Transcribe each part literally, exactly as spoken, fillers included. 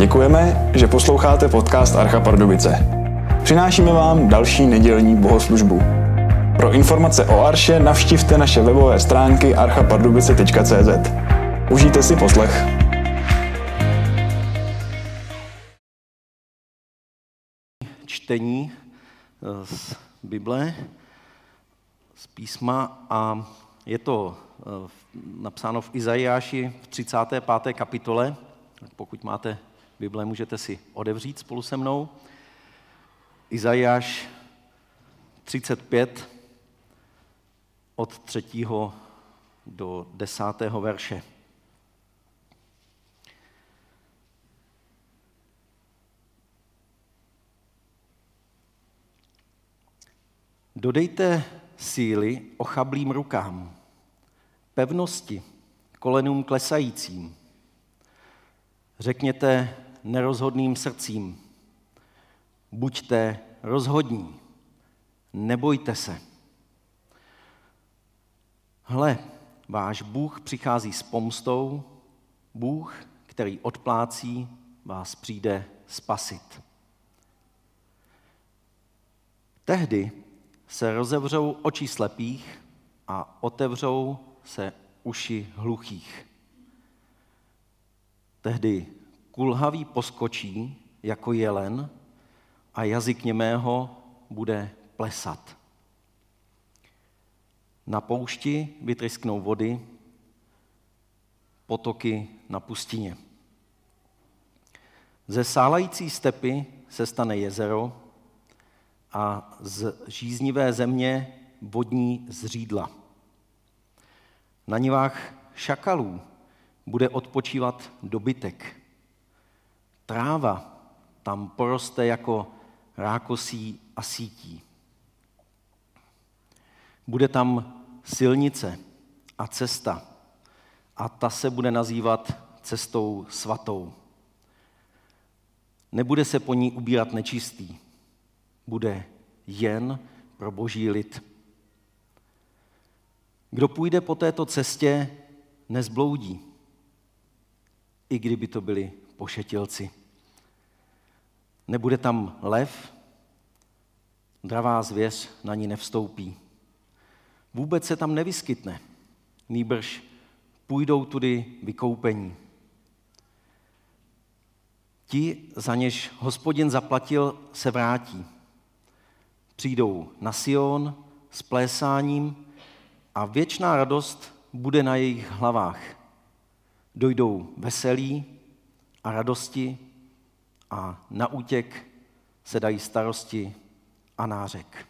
Děkujeme, že posloucháte podcast Archa Pardubice. Přinášíme vám další nedělní bohoslužbu. Pro informace o Arše navštivte naše webové stránky archa pardubice tečka cé zet. Užijte si poslech. Čtení z Bible, z písma, a je to napsáno v Izajáši v třicáté páté kapitole. Pokud máte Bible, můžete si otevřít spolu se mnou. Izajáš třicet pět od třetího do desátého verše. Dodejte síly ochablým rukám, pevnosti kolenům klesajícím. Řekněte nerozhodným srdcím, buďte rozhodní, nebojte se. Hle, váš Bůh přichází s pomstou, Bůh, který odplácí, vás přijde spasit. Tehdy se rozevřou oči slepých a otevřou se uši hluchých. Tehdy kulhavý poskočí jako jelen a jazyk němého bude plesat. Na poušti vytrysknou vody, potoky na pustině. Ze sálající stepy se stane jezero a z žíznivé země vodní zřídla. Na nivách šakalů bude odpočívat dobytek. Tráva tam poroste jako rákosí a sítí. Bude tam silnice a cesta a ta se bude nazývat cestou svatou. Nebude se po ní ubírat nečistý. Bude jen pro boží lid. Kdo půjde po této cestě, nezbloudí, i kdyby to byli pošetilci. Nebude tam lev, dravá zvěř na ní nevstoupí. Vůbec se tam nevyskytne, nýbrž půjdou tudy vykoupení. Ti, za něž Hospodin zaplatil, se vrátí. Přijdou na Sion s plésáním a věčná radost bude na jejich hlavách. Dojdou veselí a radosti a na útěk se dají starosti a nářek.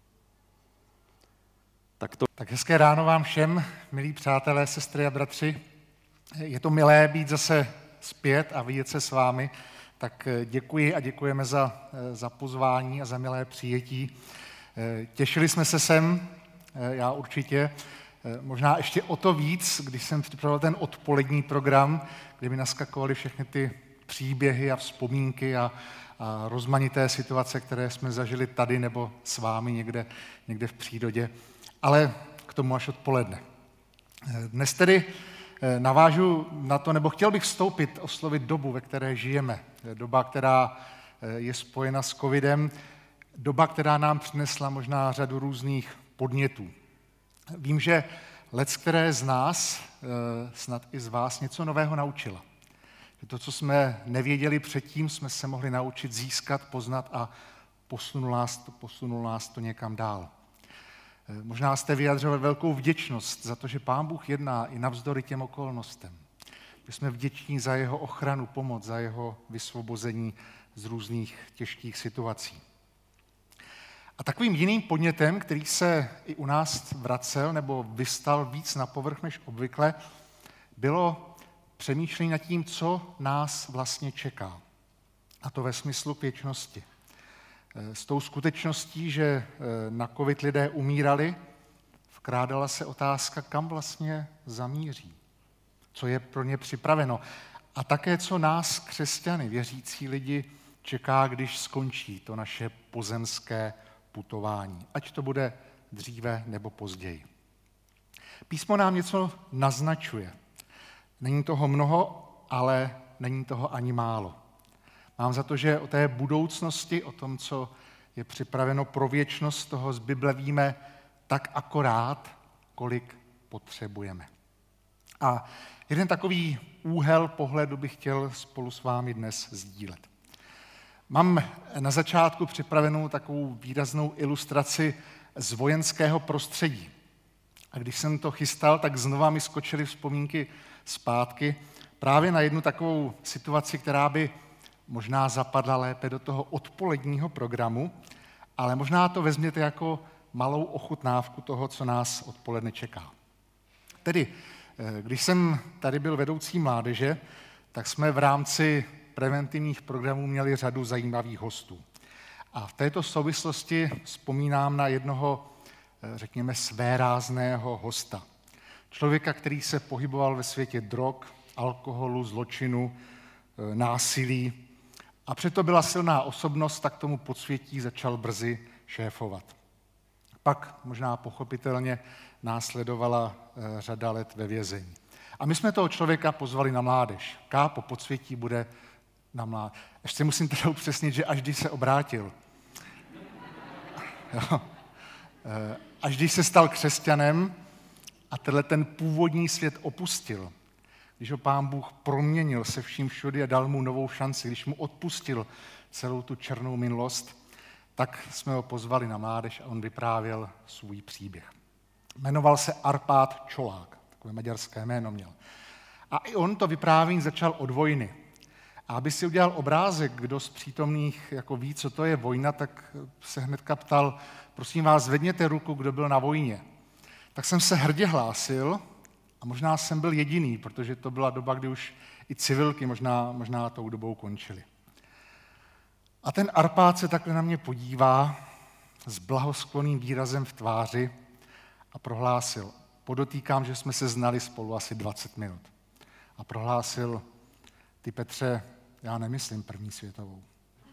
Tak, to... tak hezké ráno vám všem, milí přátelé, sestry a bratři. Je to milé být zase zpět a vidět se s vámi. Tak děkuji a děkujeme za, za pozvání a za milé přijetí. Těšili jsme se sem, já určitě, možná ještě o to víc, když jsem připravoval ten odpolední program, kde mi naskakovaly všechny ty příběhy a vzpomínky a, a rozmanité situace, které jsme zažili tady nebo s vámi někde, někde v přírodě, ale k tomu až odpoledne. Dnes tedy navážu na to, nebo chtěl bych vstoupit, oslovit dobu, ve které žijeme. Doba, která je spojena s covidem, doba, která nám přinesla možná řadu různých podnětů. Vím, že leckteré z nás, snad i z vás, něco nového naučila. Že to, co jsme nevěděli předtím, jsme se mohli naučit získat, poznat a posunulo nás to, posunulo nás to někam dál. Možná jste vyjadřovali velkou vděčnost za to, že Pán Bůh jedná i navzdory těm okolnostem. Že jsme vděční za jeho ochranu, pomoc, za jeho vysvobození z různých těžkých situací. A takovým jiným podnětem, který se i u nás vracel nebo vystal víc na povrch než obvykle, bylo přemýšlení nad tím, co nás vlastně čeká. A to ve smyslu věčnosti. S tou skutečností, že na covid lidé umírali, vkrádala se otázka, kam vlastně zamíří, co je pro ně připraveno. A také, co nás, křesťany, věřící lidi, čeká, když skončí to naše pozemské putování. Ať to bude dříve nebo později. Písmo nám něco naznačuje. Není toho mnoho, ale není toho ani málo. Mám za to, že o té budoucnosti, o tom, co je připraveno pro věčnost, toho z Bible víme tak akorát, kolik potřebujeme. A jeden takový úhel pohledu bych chtěl spolu s vámi dnes sdílet. Mám na začátku připravenou takovou výraznou ilustraci z vojenského prostředí. A když jsem to chystal, tak znova mi skočily vzpomínky zpátky právě na jednu takovou situaci, která by možná zapadla lépe do toho odpoledního programu, ale možná to vezměte jako malou ochutnávku toho, co nás odpoledne čeká. Tedy, když jsem tady byl vedoucí mládeže, tak jsme v rámci preventivních programů měli řadu zajímavých hostů. A v této souvislosti vzpomínám na jednoho, řekněme, svérázného hosta. Člověka, který se pohyboval ve světě drog, alkoholu, zločinu, násilí. A přesto byla silná osobnost, tak tomu podsvětí začal brzy šéfovat. Pak možná pochopitelně následovala řada let ve vězení. A my jsme toho člověka pozvali na mládež. Kápo, podsvětí bude na mládež. Ještě musím teda upřesnit, že až když se obrátil, jo, až když se stal křesťanem a tenhle ten původní svět opustil, když ho Pán Bůh proměnil se vším všudy a dal mu novou šanci, když mu odpustil celou tu černou minulost, tak jsme ho pozvali na mládež a on vyprávěl svůj příběh. Jmenoval se Arpád Čolák, takové maďarské jméno měl. A i on to vyprávění začal od vojny. A aby si udělal obrázek, kdo z přítomných jako ví, co to je vojna, tak se hnedka ptal, prosím vás, zvedněte ruku, kdo byl na vojně. Tak jsem se hrdě hlásil a možná jsem byl jediný, protože to byla doba, kdy už i civilky možná, možná tou dobou končily. A ten Arpád se takhle na mě podívá s blahosklonným výrazem v tváři a prohlásil, podotýkám, že jsme se znali spolu asi dvacet minut. A prohlásil, ty Petře, já nemyslím první světovou.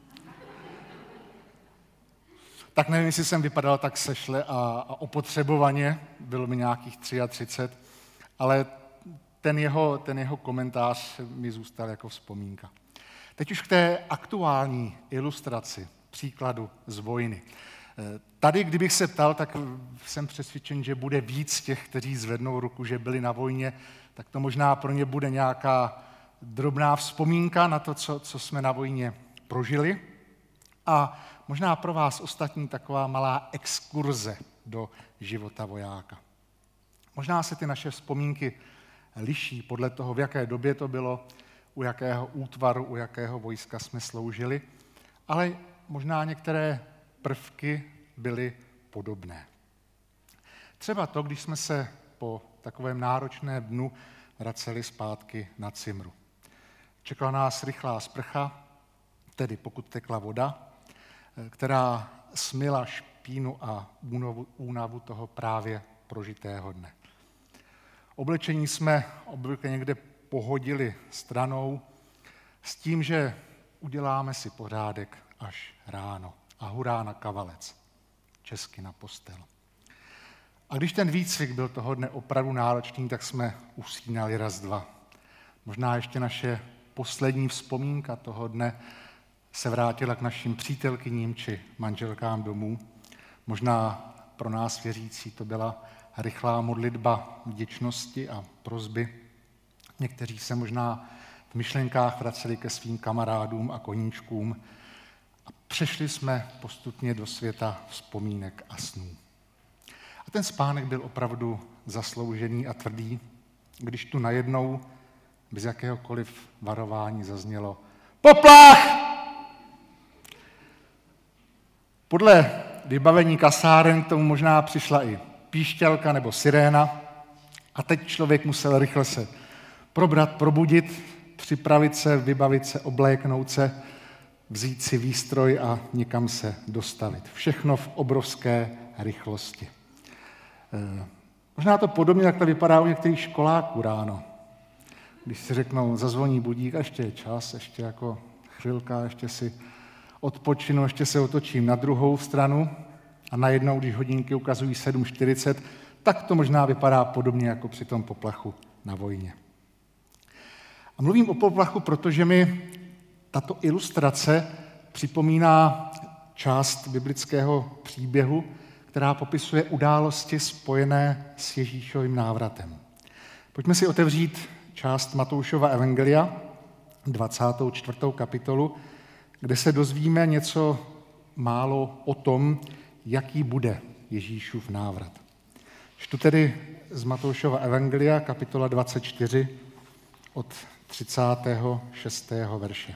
Tak nevím, jestli jsem vypadal tak sešle a, a opotřebovaně, bylo mi nějakých třicet tři, ale ten jeho, ten jeho komentář mi zůstal jako vzpomínka. Teď už k té aktuální ilustraci, příkladu z vojny. Tady, kdybych se ptal, tak jsem přesvědčen, že bude víc těch, kteří zvednou ruku, že byli na vojně, tak to možná pro ně bude nějaká drobná vzpomínka na to, co, co jsme na vojně prožili. A možná pro vás ostatní taková malá exkurze do života vojáka. Možná se ty naše vzpomínky liší podle toho, v jaké době to bylo, u jakého útvaru, u jakého vojska jsme sloužili, ale možná některé prvky byly podobné. Třeba to, když jsme se po takovém náročném dnu vraceli zpátky na Cimru. Čekala nás rychlá sprcha, tedy pokud tekla voda, která smyla špínu a únavu toho právě prožitého dne. Oblečení jsme obvykle někde pohodili stranou s tím, že uděláme si pořádek až ráno. A hurá na kavalec, česky na postel. A když ten výcvik byl toho dne opravdu náročný, tak jsme usínali raz, dva. Možná ještě naše poslední vzpomínka toho dne se vrátila k našim přítelkyním či manželkám domů. Možná pro nás věřící to byla rychlá modlitba vděčnosti a prosby. Někteří se možná v myšlenkách vraceli ke svým kamarádům a koníčkům a přešli jsme postupně do světa vzpomínek a snů. A ten spánek byl opravdu zasloužený a tvrdý, když tu najednou bez jakéhokoliv varování zaznělo poplach! Podle vybavení kasáren k tomu možná přišla i píšťalka nebo siréna a teď člověk musel rychle se probrat, probudit, připravit se, vybavit se, obléknout se, vzít si výstroj a někam se dostavit. Všechno v obrovské rychlosti. E, možná to podobně takhle vypadá u některých školáků ráno. Když si řeknou, zazvoní budík, a ještě je čas, ještě jako chvilka, ještě si odpočinu, ještě se otočím na druhou stranu a najednou, když hodinky ukazují sedm čtyřicet, tak to možná vypadá podobně jako při tom poplachu na vojně. A mluvím o poplachu, protože mi tato ilustrace připomíná část biblického příběhu, která popisuje události spojené s Ježíšovým návratem. Pojďme si otevřít část Matoušova evangelia, dvacátou čtvrtou kapitolu, kde se dozvíme něco málo o tom, jaký bude Ježíšův návrat. Čtu tedy z Matoušova evangelia, kapitola dvacet čtyři, od třicátého šestého verše.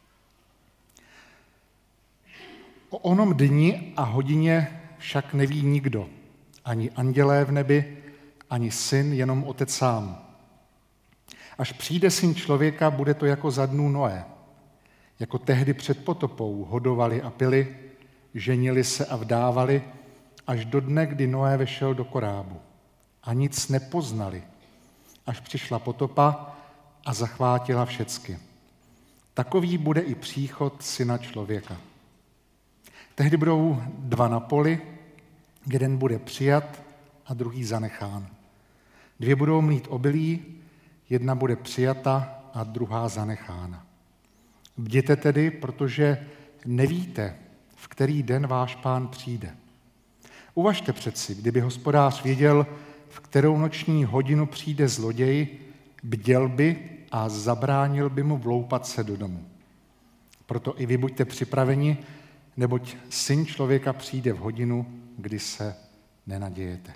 O onom dni a hodině však neví nikdo, ani andělé v nebi, ani syn, jenom otec sám. Až přijde syn člověka, bude to jako za dnů Noé. Jako tehdy před potopou hodovali a pili, ženili se a vdávali, až do dne, kdy Noé vešel do korábu. A nic nepoznali, až přišla potopa a zachvátila všecky. Takový bude i příchod syna člověka. Tehdy budou dva na poli, jeden bude přijat a druhý zanechán. Dvě budou mít obilí, jedna bude přijata a druhá zanechána. Bděte tedy, protože nevíte, v který den váš pán přijde. Uvažte přeci, kdyby hospodář věděl, v kterou noční hodinu přijde zloděj, bděl by a zabránil by mu vloupat se do domu. Proto i vy buďte připraveni, neboť syn člověka přijde v hodinu, kdy se nenadějete.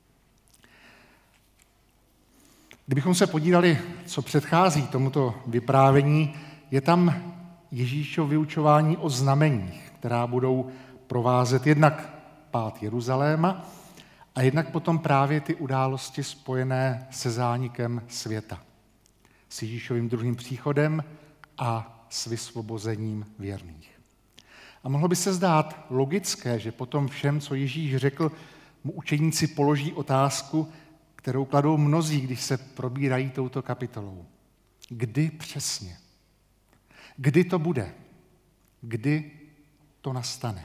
Kdybychom se podívali, co předchází tomuto vyprávění, je tam Ježíšovo vyučování o znameních, která budou provázet jednak pád Jeruzaléma a jednak potom právě ty události spojené se zánikem světa, s Ježíšovým druhým příchodem a s vysvobozením věrných. A mohlo by se zdát logické, že po tom všem, co Ježíš řekl, mu učeníci položí otázku, kterou kladou mnozí, když se probírají touto kapitolou. Kdy přesně? Kdy to bude? Kdy to nastane?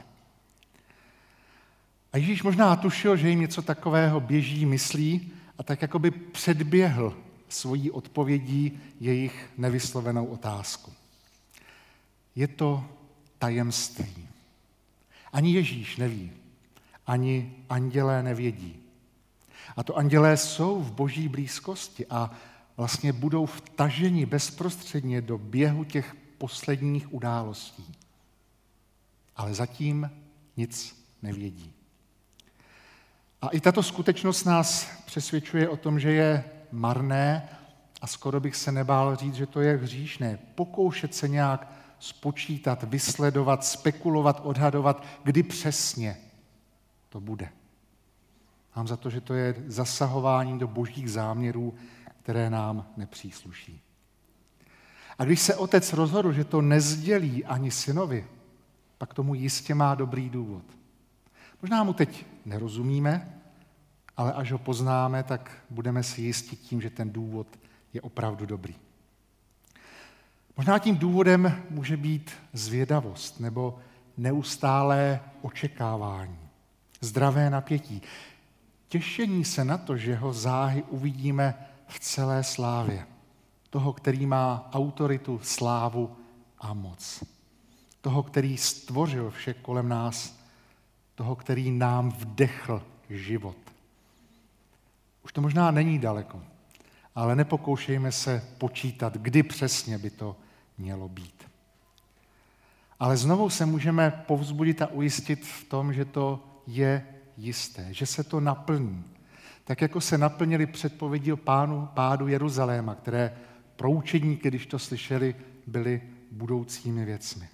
A Ježíš možná tušil, že jim něco takového běží, myslí a tak jako by předběhl svojí odpovědí jejich nevyslovenou otázku. Je to tajemství. Ani Ježíš neví, ani andělé nevědí. A to andělé jsou v boží blízkosti a vlastně budou vtaženi bezprostředně do běhu těch posledních událostí. Ale zatím nic nevědí. A i tato skutečnost nás přesvědčuje o tom, že je marné a skoro bych se nebál říct, že to je hříšné. Pokoušet se nějak spočítat, vysledovat, spekulovat, odhadovat, kdy přesně to bude. Mám za to, že to je zasahování do božích záměrů, které nám nepřísluší. A když se otec rozhodl, že to nezdělí ani synovi, pak tomu jistě má dobrý důvod. Možná mu teď nerozumíme, ale až ho poznáme, tak budeme si jistit tím, že ten důvod je opravdu dobrý. Možná tím důvodem může být zvědavost nebo neustálé očekávání, zdravé napětí, těšení se na to, že ho záhy uvidíme v celé slávě. Toho, který má autoritu, slávu a moc. Toho, který stvořil vše kolem nás. Toho, který nám vdechl život. Už to možná není daleko, ale nepokoušejme se počítat, kdy přesně by to mělo být. Ale znovu se můžeme povzbudit a ujistit v tom, že to je jisté, že se to naplní. Tak jako se naplnily předpovědi o pánu, pádu Jeruzaléma, které pro učedníky, když to slyšeli, byly budoucími věcmi.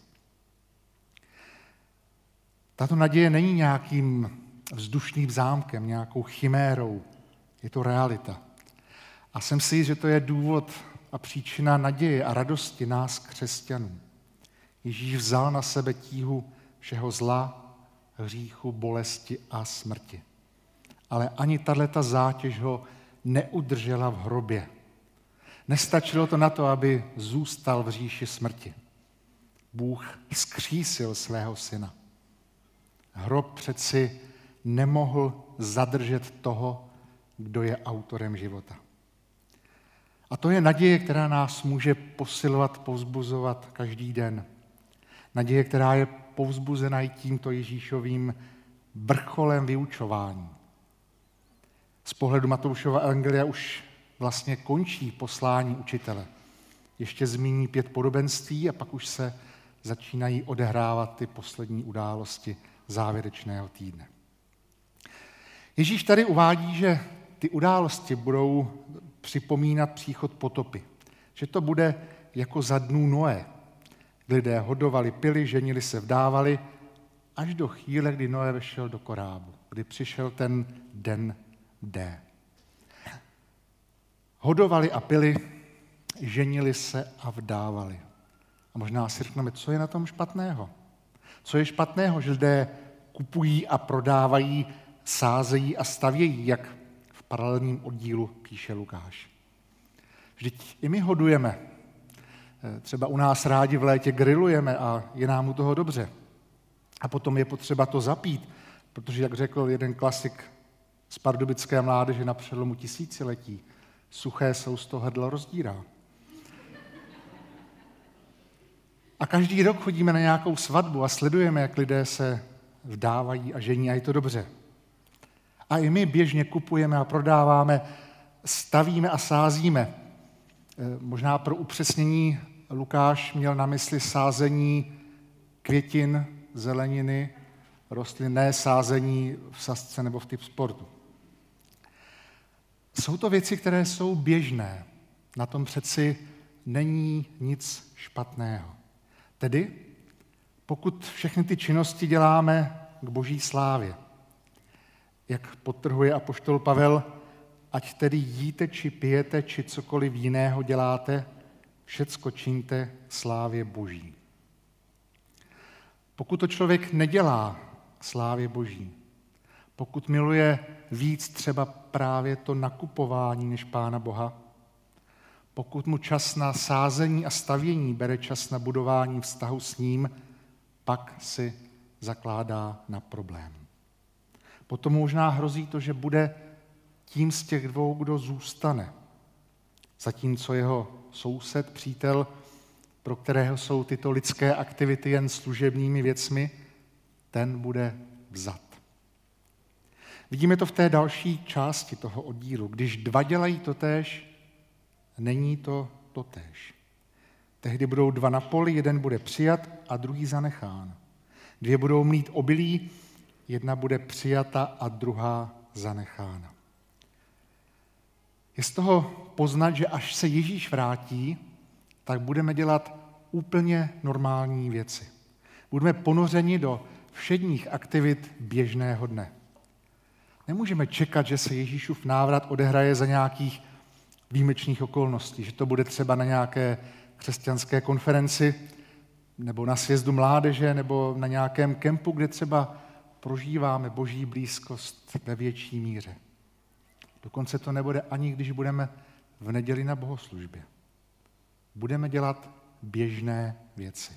Tato naděje není nějakým vzdušným zámkem, nějakou chimérou. Je to realita. A jsem si jist, že to je důvod a příčina naděje a radosti nás, křesťanů. Ježíš vzal na sebe tíhu všeho zla, hříchu, bolesti a smrti. Ale ani tato zátěž ho neudržela v hrobě. Nestačilo to na to, aby zůstal v říši smrti. Bůh vzkřísil svého syna. Hrob přeci nemohl zadržet toho, kdo je autorem života. A to je naděje, která nás může posilovat, povzbuzovat každý den. Naděje, která je povzbuzena i tímto Ježíšovým vrcholem vyučování. Z pohledu Matoušova evangelia už vlastně končí poslání učitele. Ještě zmíní pět podobenství a pak už se začínají odehrávat ty poslední události závěrečného týdne. Ježíš tady uvádí, že ty události budou připomínat příchod potopy. Že to bude jako za dnů Noé. Lidé hodovali, pili, ženili se, vdávali, až do chvíle, kdy Noé vešel do korábu, kdy přišel ten den D. Hodovali a pili, ženili se a vdávali. A možná si řekneme, co je na tom špatného? Co je špatného, že lidé kupují a prodávají, sázejí a stavějí, jak v paralelním oddílu píše Lukáš. Vždyť i my hodujeme. Třeba u nás rádi v létě grillujeme a je nám u toho dobře. A potom je potřeba to zapít, protože, jak řekl jeden klasik z pardubické mládeže na přelomu tisíciletí, suché sousto hrdlo rozdírá. A každý rok chodíme na nějakou svatbu a sledujeme, jak lidé se vdávají a žení a je to dobře. A i my běžně kupujeme a prodáváme, stavíme a sázíme. Možná pro upřesnění Lukáš měl na mysli sázení květin, zeleniny, rostlin, ne sázení v sazce nebo v typ sportu. Jsou to věci, které jsou běžné. Na tom přeci není nic špatného. Tedy, pokud všechny ty činnosti děláme k boží slávě, jak podtrhuje apoštol Pavel, ať tedy jíte, či pijete, či cokoliv jiného děláte, všecko čiňte slávě boží. Pokud to člověk nedělá slávě boží, pokud miluje víc třeba právě to nakupování než Pána Boha, pokud mu čas na sázení a stavění bere čas na budování vztahu s ním, pak si zakládá na problém. Potom možná hrozí to, že bude tím z těch dvou, kdo zůstane. Zatímco jeho soused, přítel, pro kterého jsou tyto lidské aktivity jen služebními věcmi, ten bude vzat. Vidíme to v té další části toho oddílu. Když dva dělají totéž, není to totéž. Tehdy budou dva na poli, jeden bude přijat a druhý zanechán. Dvě budou mít obilí, jedna bude přijata a druhá zanechána. Je z toho poznat, že až se Ježíš vrátí, tak budeme dělat úplně normální věci. Budeme ponořeni do všedních aktivit běžného dne. Nemůžeme čekat, že se Ježíšův návrat odehraje za nějakých výjimečných okolností, že to bude třeba na nějaké křesťanské konferenci, nebo na sjezdu mládeže, nebo na nějakém kempu, kde třeba prožíváme boží blízkost ve větší míře. Dokonce to nebude ani, když budeme v neděli na bohoslužbě. Budeme dělat běžné věci.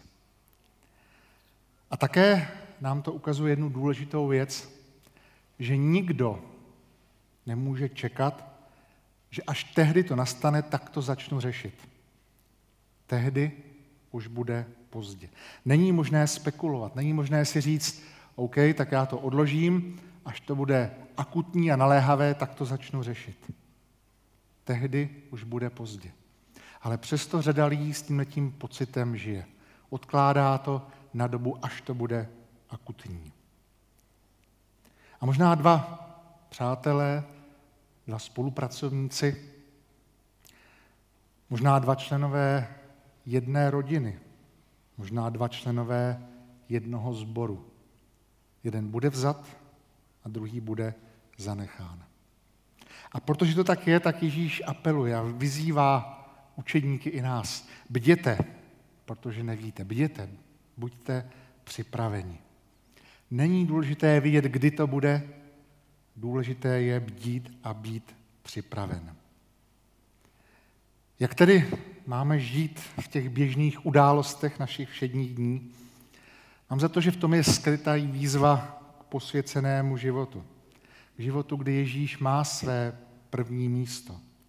A také nám to ukazuje jednu důležitou věc, že nikdo nemůže čekat, že až tehdy to nastane, tak to začnu řešit. Tehdy už bude pozdě. Není možné spekulovat, není možné si říct, OK, tak já to odložím, až to bude akutní a naléhavé, tak to začnu řešit. Tehdy už bude pozdě. Ale přesto řada lidí s tímhletím pocitem žije. Odkládá to na dobu, až to bude akutní. A možná dva přátelé, dva spolupracovníci, možná dva členové jedné rodiny, možná dva členové jednoho sboru. Jeden bude vzat a druhý bude zanechán. A protože to tak je, tak Ježíš apeluje a vyzývá učedníky i nás. Bděte, protože nevíte. Bděte, buďte připraveni. Není důležité vidět, kdy to bude, důležité je bdít a být připraven. Jak tedy máme žít v těch běžných událostech našich všedních dní? Mám za to, že v tom je skrytá výzva k posvěcenému životu. K životu, kdy Ježíš má své první místo.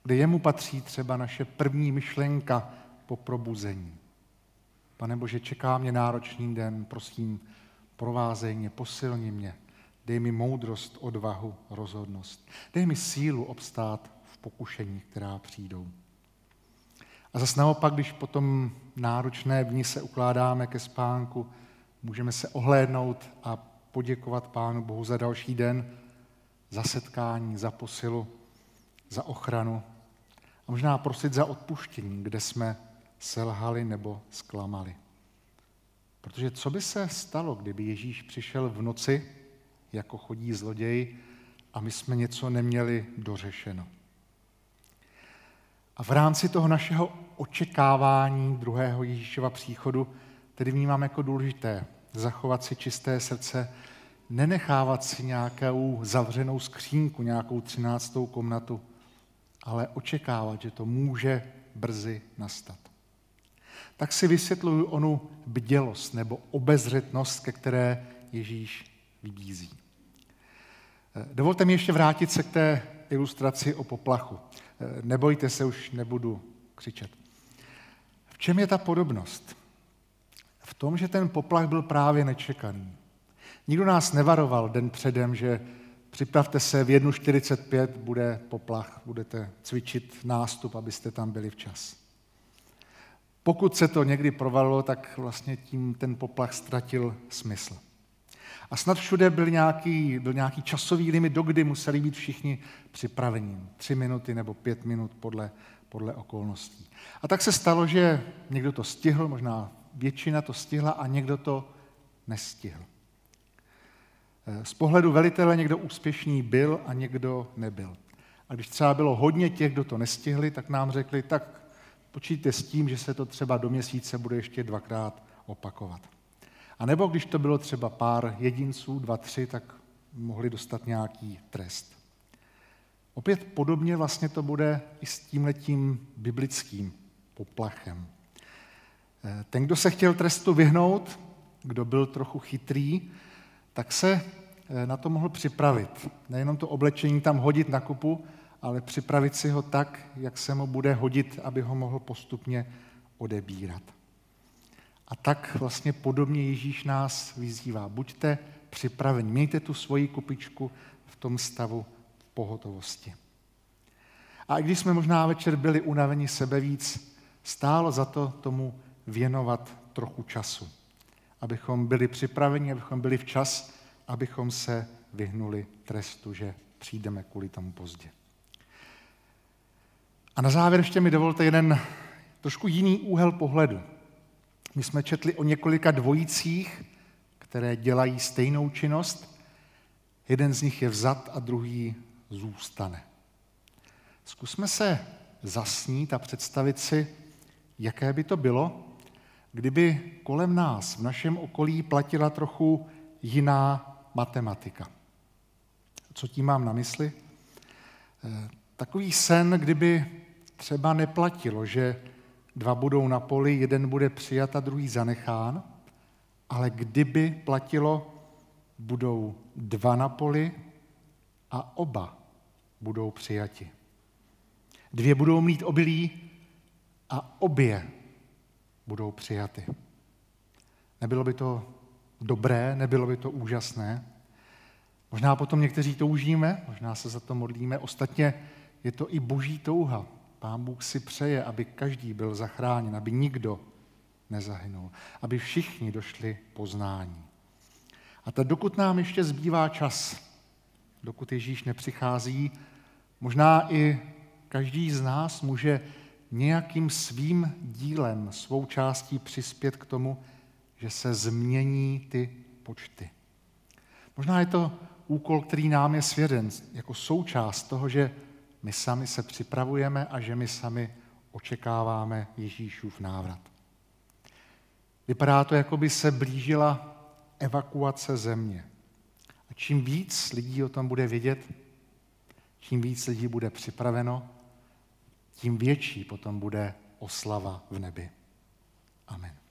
kde jemu patří třeba naše první myšlenka po probuzení. Pane Bože, čeká mě náročný den, prosím, provázej mě, posilni mě, dej mi moudrost, odvahu, rozhodnost. Dej mi sílu obstát v pokušeních, která přijdou. A zas naopak, když potom náročné dni se ukládáme ke spánku, můžeme se ohlédnout a poděkovat Pánu Bohu za další den, za setkání, za posilu, za ochranu a možná prosit za odpuštění, kde jsme selhali nebo zklamali. Protože co by se stalo, kdyby Ježíš přišel v noci, jako chodí zloděj, a my jsme něco neměli dořešeno? A v rámci toho našeho očekávání druhého Ježíšova příchodu tedy vnímám jako důležité zachovat si čisté srdce, nenechávat si nějakou zavřenou skřínku, nějakou třináctou komnatu, ale očekávat, že to může brzy nastat. Tak si vysvětluju onu bdělost nebo obezřetnost, ke které Ježíš vybízí. Dovolte mi ještě vrátit se k té ilustraci o poplachu. Nebojte se, už nebudu křičet. V čem je ta podobnost? V tom, že ten poplach byl právě nečekaný. Nikdo nás nevaroval den předem, že připravte se, v jedna čtyřicet pět bude poplach, budete cvičit nástup, abyste tam byli včas. Pokud se to někdy provalilo, tak vlastně tím ten poplach ztratil smysl. A snad všude byl nějaký, byl nějaký časový limit, dokdy museli být všichni připraveni. Tři minuty nebo pět minut podle, podle okolností. A tak se stalo, že někdo to stihl, možná většina to stihla a někdo to nestihl. Z pohledu velitele někdo úspěšný byl a někdo nebyl. A když třeba bylo hodně těch, kdo to nestihli, tak nám řekli, tak počítejte s tím, že se to třeba do měsíce bude ještě dvakrát opakovat. A nebo když to bylo třeba pár jedinců, dva, tři, tak mohli dostat nějaký trest. Opět podobně vlastně to bude i s tímhletím biblickým poplachem. Ten, kdo se chtěl trestu vyhnout, kdo byl trochu chytrý, tak se na to mohl připravit. Nejenom to oblečení tam hodit na kupu, ale připravit si ho tak, jak se mu bude hodit, aby ho mohl postupně odebírat. A tak vlastně podobně Ježíš nás vyzývá. Buďte připraveni, mějte tu svoji kupičku v tom stavu pohotovosti. A i když jsme možná večer byli unaveni sebe víc, stálo za to tomu věnovat trochu času. Abychom byli připraveni, abychom byli včas, abychom se vyhnuli trestu, že přijdeme kvůli tomu pozdě. A na závěr ještě mi dovolte jeden trošku jiný úhel pohledu. My jsme četli o několika dvojicích, které dělají stejnou činnost. Jeden z nich je vzat a druhý zůstane. Zkusme se zasnít a představit si, jaké by to bylo, kdyby kolem nás, v našem okolí, platila trochu jiná matematika. Co tím mám na mysli? Takový sen, kdyby třeba neplatilo, že dva budou na poli, jeden bude přijat a druhý zanechán, ale kdyby platilo, budou dva na poli a oba budou přijati. Dvě budou mít obilí a obě budou přijaty. Nebylo by to dobré, nebylo by to úžasné? Možná potom někteří toužíme, možná se za to modlíme, ostatně je to i boží touha. Pán Bůh si přeje, aby každý byl zachráněn, aby nikdo nezahynul, aby všichni došli poznání. A tak dokud nám ještě zbývá čas, dokud Ježíš nepřichází, možná i každý z nás může nějakým svým dílem, svou částí přispět k tomu, že se změní ty počty. Možná je to úkol, který nám je svěřen jako součást toho, že my sami se připravujeme a že my sami očekáváme Ježíšův návrat. Vypadá to, jako by se blížila evakuace země. A čím víc lidí o tom bude vědět, čím víc lidí bude připraveno, tím větší potom bude oslava v nebi. Amen.